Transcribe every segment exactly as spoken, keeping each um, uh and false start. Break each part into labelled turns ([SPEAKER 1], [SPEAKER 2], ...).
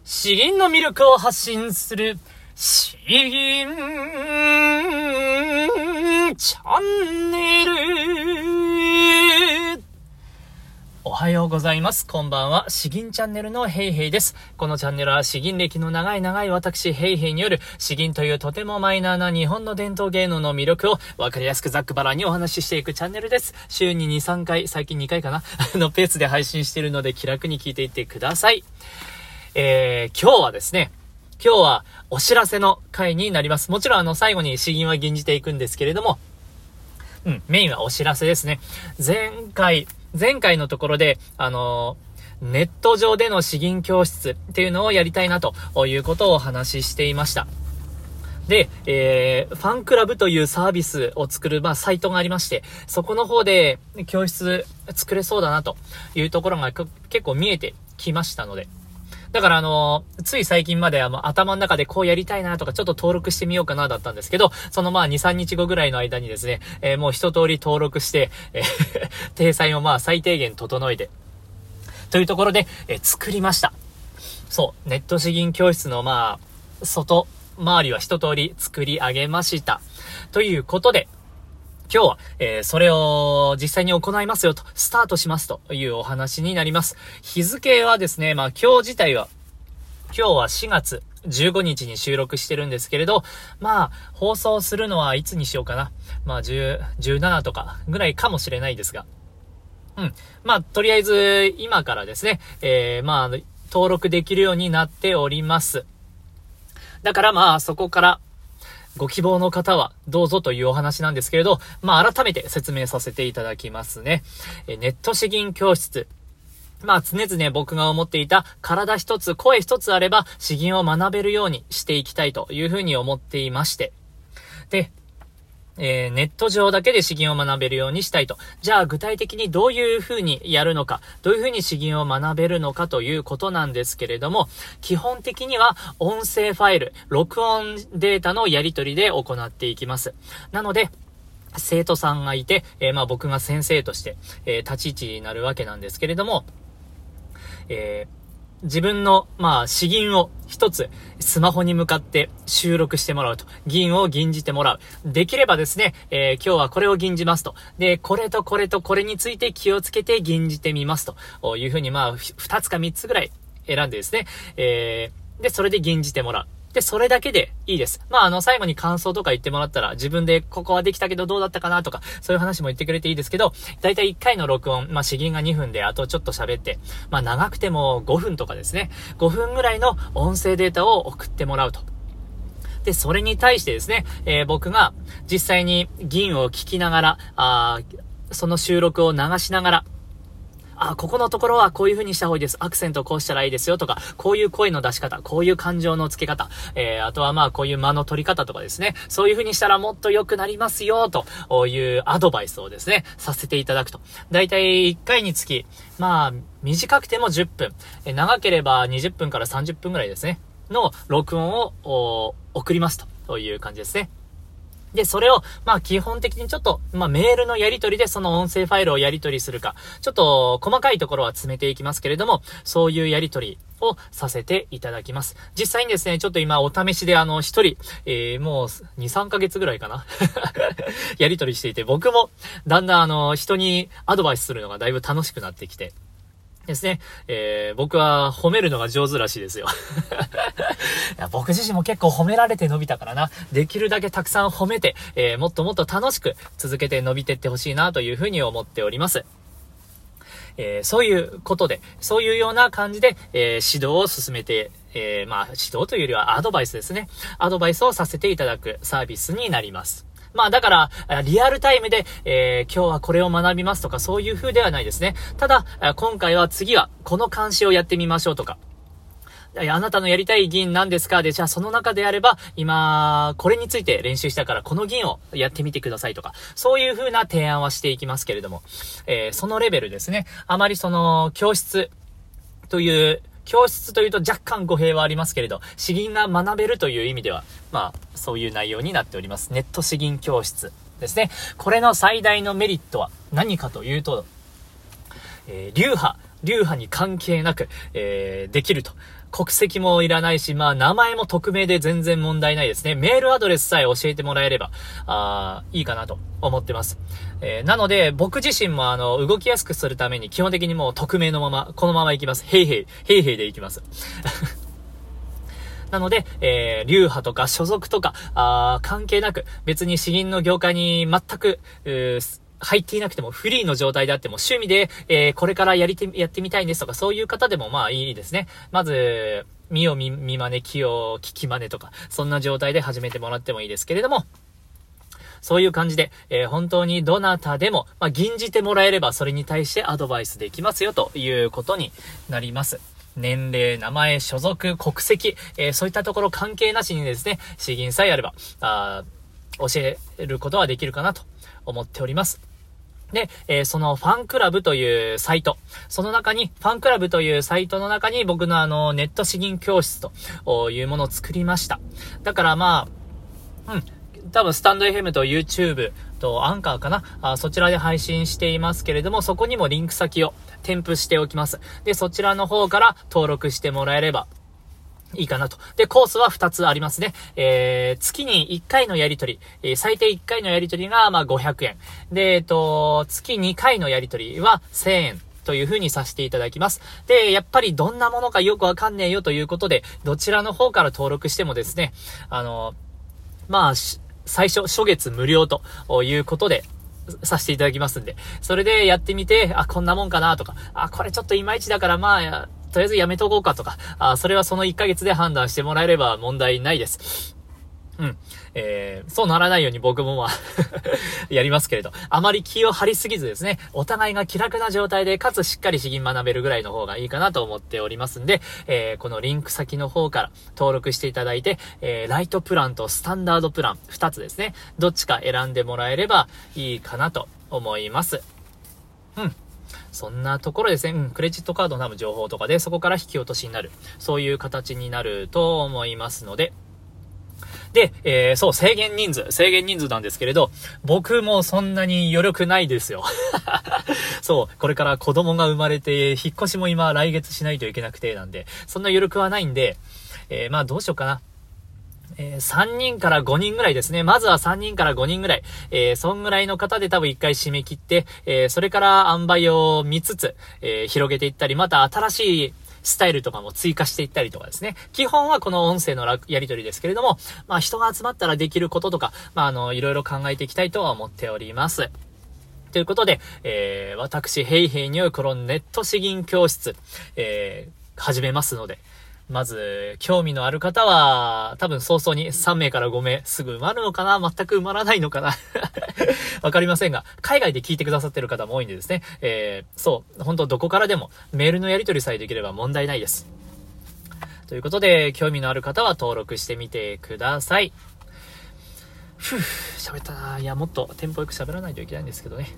[SPEAKER 1] 詩吟の魅力を発信する詩吟チャンネル。おはようございます。こんばんは。詩吟チャンネルのヘイヘイです。このチャンネルは詩吟歴の長い長い私ヘイヘイによる詩吟というとてもマイナーな日本の伝統芸能の魅力をわかりやすくざっくばらんにお話ししていくチャンネルです。週にに、さんかい、最近にかいかなのペースで配信しているので気楽に聞いていってください。えー、今日はですね、今日はお知らせの回になります。もちろんあの最後に詩吟は吟じていくんですけれども、うん、メインはお知らせですね。前回、前回のところで、あのー、ネット上での詩吟教室っていうのをやりたいなということをお話ししていました。で、えー、ファンクラブというサービスを作る、まあ、サイトがありまして、そこの方で教室作れそうだなというところが結構見えてきましたので、だからあのー、つい最近まであの頭の中でこうやりたいなとかちょっと登録してみようかなだったんですけど、そのまあに、さんにちごぐらいの間にですね、えー、もう一通り登録して、えー、体裁をまあ最低限整えて、というところで、えー、作りました。そう、ネット詩吟教室のまあ、外周りは一通り作り上げました。ということで、今日は、えー、それを実際に行いますよと、スタートしますというお話になります。日付はですね、まあ今日自体は、今日はしがつじゅうごにちに収録してるんですけれど、まあ放送するのはいつにしようかな。まあじゅう、じゅうしちとかぐらいかもしれないですが。うん。まあとりあえず今からですね、えー、まあ登録できるようになっております。だからまあそこから、ご希望の方はどうぞというお話なんですけれど、まあ改めて説明させていただきますね。えネット詩吟教室。まあ常々僕が思っていた体一つ声一つあれば詩吟を学べるようにしていきたいというふうに思っていまして。で、えー、ネット上だけで詩吟を学べるようにしたいと。じゃあ具体的にどういう風にやるのか、どういう風に詩吟を学べるのかということなんですけれども、基本的には音声ファイル、録音データのやり取りで行っていきます。なので、生徒さんがいて、えー、まあ僕が先生として、えー、立ち位置になるわけなんですけれども、えー自分の、まあ、詩吟を一つ、スマホに向かって収録してもらうと。吟を吟じてもらう。できればですね、えー、今日はこれを吟じますと。で、これとこれとこれについて気をつけて吟じてみますというふうに、まあ、二つか三つぐらい選んでですね、えー、で、それで吟じてもらう。で、それだけでいいです。まあ、あの、最後に感想とか言ってもらったら、自分でここはできたけどどうだったかなとか、そういう話も言ってくれていいですけど、だいたいいっかいの録音、まあ、詩吟がにふんで、あとちょっと喋って、まあ、長くてもごふんとかですね、ごふんぐらいの音声データを送ってもらうと。で、それに対してですね、えー、僕が実際に吟を聞きながら、あその収録を流しながら、あ、ここのところはこういう風にした方がいいです。アクセントこうしたらいいですよとか、こういう声の出し方、こういう感情の付け方、えー、あとはまあこういう間の取り方とかですね、そういう風にしたらもっと良くなりますよというアドバイスをですね、させていただくと。だいたいいっかいにつき、まあ短くてもじゅっぷん、え長ければにじゅっぷんからさんじゅっぷんぐらいですね、の録音を送りますという感じですね。で、それを、まあ基本的にちょっと、まあメールのやり取りでその音声ファイルをやり取りするか、ちょっと細かいところは詰めていきますけれども、そういうやり取りをさせていただきます。実際にですね、ちょっと今お試しであの一人、えー、もうに、さんかげつぐらいかなやり取りしていて、僕もだんだんあの人にアドバイスするのがだいぶ楽しくなってきて、ですね、えー、僕は褒めるのが上手らしいですよいや僕自身も結構褒められて伸びたからな。できるだけたくさん褒めて、えー、もっともっと楽しく続けて伸びてってほしいなというふうに思っております。えー、そういうことで、そういうような感じで、えー、指導を進めて、えー、まあ指導というよりはアドバイスですね。アドバイスをさせていただくサービスになります。まあだから、リアルタイムで、えー、今日はこれを学びますとかそういう風ではないですね。ただ、今回は次はこの監視をやってみましょうとか、あなたのやりたい吟何ですかで、じゃあその中であれば、今、これについて練習したからこの吟をやってみてくださいとか、そういう風な提案はしていきますけれども、えー、そのレベルですね。あまりその、教室という、教室というと若干語弊はありますけれど、詩吟が学べるという意味では、まあ、そういう内容になっております。ネット詩吟教室ですね。これの最大のメリットは何かというと、えー、流派、 流派に関係なく、えー、できると。国籍もいらないし、まあ名前も匿名で全然問題ないですね。メールアドレスさえ教えてもらえれば、あいいかなと思ってます。えー、なので、僕自身もあの、動きやすくするために基本的にもう匿名のまま、このまま行きます。へいへい、へいへいで行きます。なので、えー、流派とか所属とか、あ関係なく、別に詩吟の業界に全く、うー入っていなくてもフリーの状態であっても趣味で、えー、これからやりて、やってみたいんですとかそういう方でもまあいいですね。まず、見よ見、見真似、聞よ聞き真似とか、そんな状態で始めてもらってもいいですけれども、そういう感じで、えー、本当にどなたでも、まあ、吟じてもらえればそれに対してアドバイスできますよということになります。年齢、名前、所属、国籍、えー、そういったところ関係なしにですね、詩吟さえあれば、あ教えることはできるかなと思っております。で、えー、そのファンクラブというサイト、その中に、ファンクラブというサイトの中に僕のあの、ネット詩吟教室というものを作りました。だからまあ、うん、多分スタンド エフエム と YouTube とアンカーかなあ、そちらで配信していますけれども、そこにもリンク先を添付しておきます。で、そちらの方から登録してもらえれば、いいかなと。で、コースはふたつありますね。えー、月にいっかいのやりとり、えー、最低いっかいのやりとりが、まあ、ごひゃくえん。で、えっと、月にかいのやりとりはせんえんという風にさせていただきます。で、やっぱりどんなものかよくわかんねえよということで、どちらの方から登録してもですね、あの、まあ、最初、初月無料ということで、させていただきますんで、それでやってみて、あ、こんなもんかなとか、あ、これちょっといまいちだからまあ、とりあえずやめとこうかとか、あ、それはそのいっかげつで判断してもらえれば問題ないです。うん。えー、そうならないように僕もまあ、やりますけれど、あまり気を張りすぎずですね、お互いが気楽な状態で、かつしっかり詩吟学べるぐらいの方がいいかなと思っておりますんで、えー、このリンク先の方から登録していただいて、えー、ライトプランとスタンダードプラン、ふたつですね、どっちか選んでもらえればいいかなと思います。うん。そんなところですね、うん、クレジットカードの多分情報とかで、そこから引き落としになる、そういう形になると思いますので、で、えー、そう、制限人数、制限人数なんですけれど、僕もそんなに余力ないですよ。そう、これから子供が生まれて、引っ越しも今来月しないといけなくて、なんで、そんな余力はないんで、えー、まあどうしようかな。えー、さんにんからごにんぐらいですね。まずはさんにんからごにんぐらい。えー、そんぐらいの方で多分いっかい締め切って、えー、それから塩梅を見つつ、えー、広げていったり、また新しいスタイルとかも追加していったりとかですね。基本はこの音声のやり取りですけれども、まあ人が集まったらできることとか、まああの、いろいろ考えていきたいとは思っております。ということで、えー、私、ヘイヘイによるこのネット詩吟教室、えー、始めますので、まず、興味のある方は、多分早々にさんめいからごめいすぐ埋まるのかな？全く埋まらないのかなわかりませんが、海外で聞いてくださってる方も多いんでですね、えー、そう、本当どこからでもメールのやり取りさえできれば問題ないです。ということで、興味のある方は登録してみてください。ふぅ、喋ったな。いや、もっとテンポよく喋らないといけないんですけどね。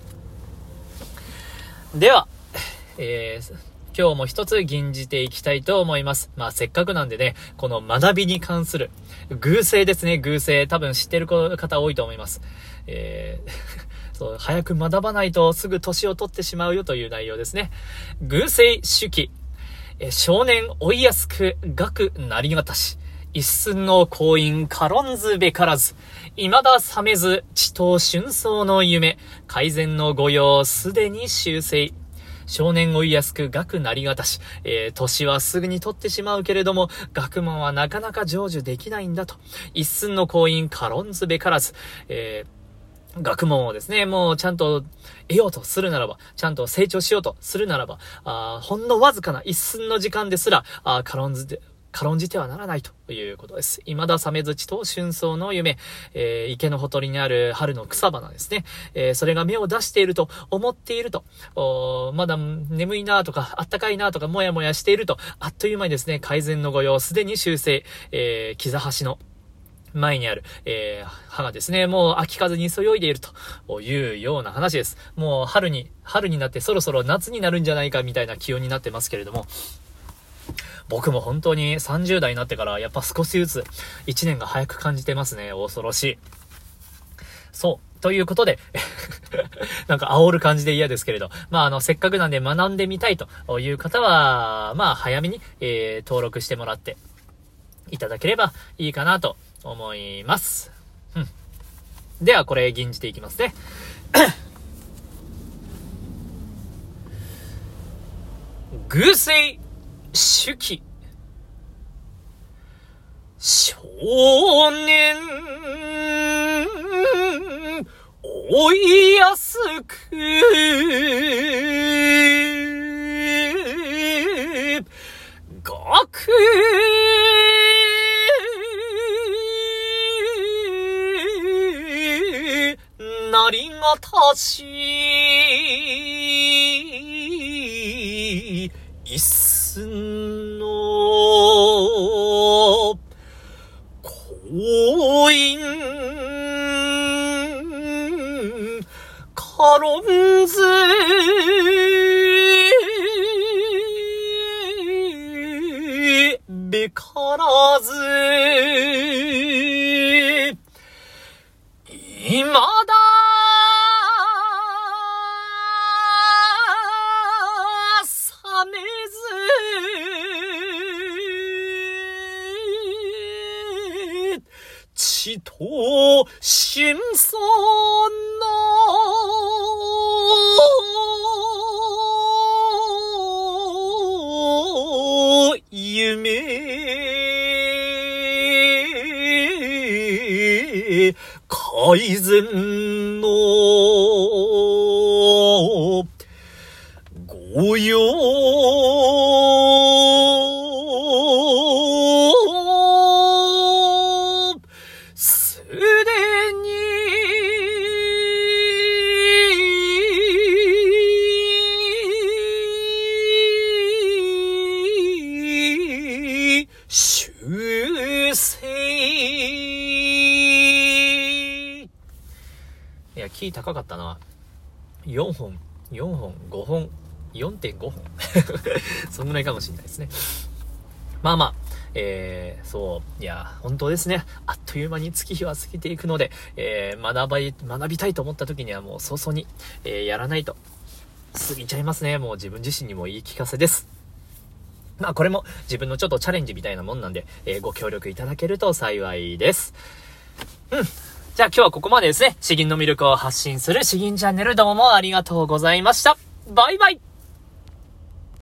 [SPEAKER 1] では、えー、今日も一つ吟じていきたいと思います。まあせっかくなんでね、この学びに関する偶声ですね、偶声。多分知ってる方多いと思います。えー、そう、早く学ばないとすぐ年を取ってしまうよという内容ですね。偶声手記。え少年追いやすく学なりがたし。一寸の婚姻軽んずべからず。未だ覚めず地頭春草の夢。改善の御用すでに修正。少年追いやすく学なりがたし、えー、年はすぐに取ってしまうけれども、学問はなかなか成就できないんだと。一寸の婚姻軽んずべからず、えー、学問をですね、もうちゃんと得ようとするならば、ちゃんと成長しようとするならば、あほんのわずかな一寸の時間ですら、あ軽んずで、軽んじてはならないということです。未だ覚めず地頭春草の夢、えー、池のほとりにある春の草花ですね、えー、それが芽を出していると思っていると、まだ眠いなとかあったかいなとかもやもやしていると、あっという間にですね、改善の御用すでに修正、えー、木座橋の前にある、えー、葉がですね、もう秋風にそよいでいるというような話です。もう春に、春になってそろそろ夏になるんじゃないかみたいな気温になってますけれども、僕も本当にさんじゅう代になってからやっぱ少しずついちねんが早く感じてますね。恐ろしい。 そう。ということで、なんか煽る感じで嫌ですけれど、まあ、あの、せっかくなんで学んでみたいという方は、まあ、早めに、えー、登録してもらっていただければいいかなと思います。うん。では、これ、吟じていきますね。偶声手記。少年、追いやすく、学なりがたし、一寸の婚姻軽んずべからず今だ冷めず血と心相の夢改善の御用すでに修正。いや、キー高かったな。よんほん、よんほん、ごほん、よんてんごほん。そんぐらいかもしれないですね。まあまあ、えー、そう、いや、本当ですね。あっという間に月日は過ぎていくので、えー、学ばい、学びたいと思った時にはもう早々に、えー、やらないと過ぎちゃいますね。もう自分自身にも言い聞かせです。まあこれも自分のちょっとチャレンジみたいなもんなんで、えー、ご協力いただけると幸いです。うん。じゃあ今日はここまでですね。詩吟の魅力を発信する詩吟チャンネル、どうもありがとうございました。バイバイ。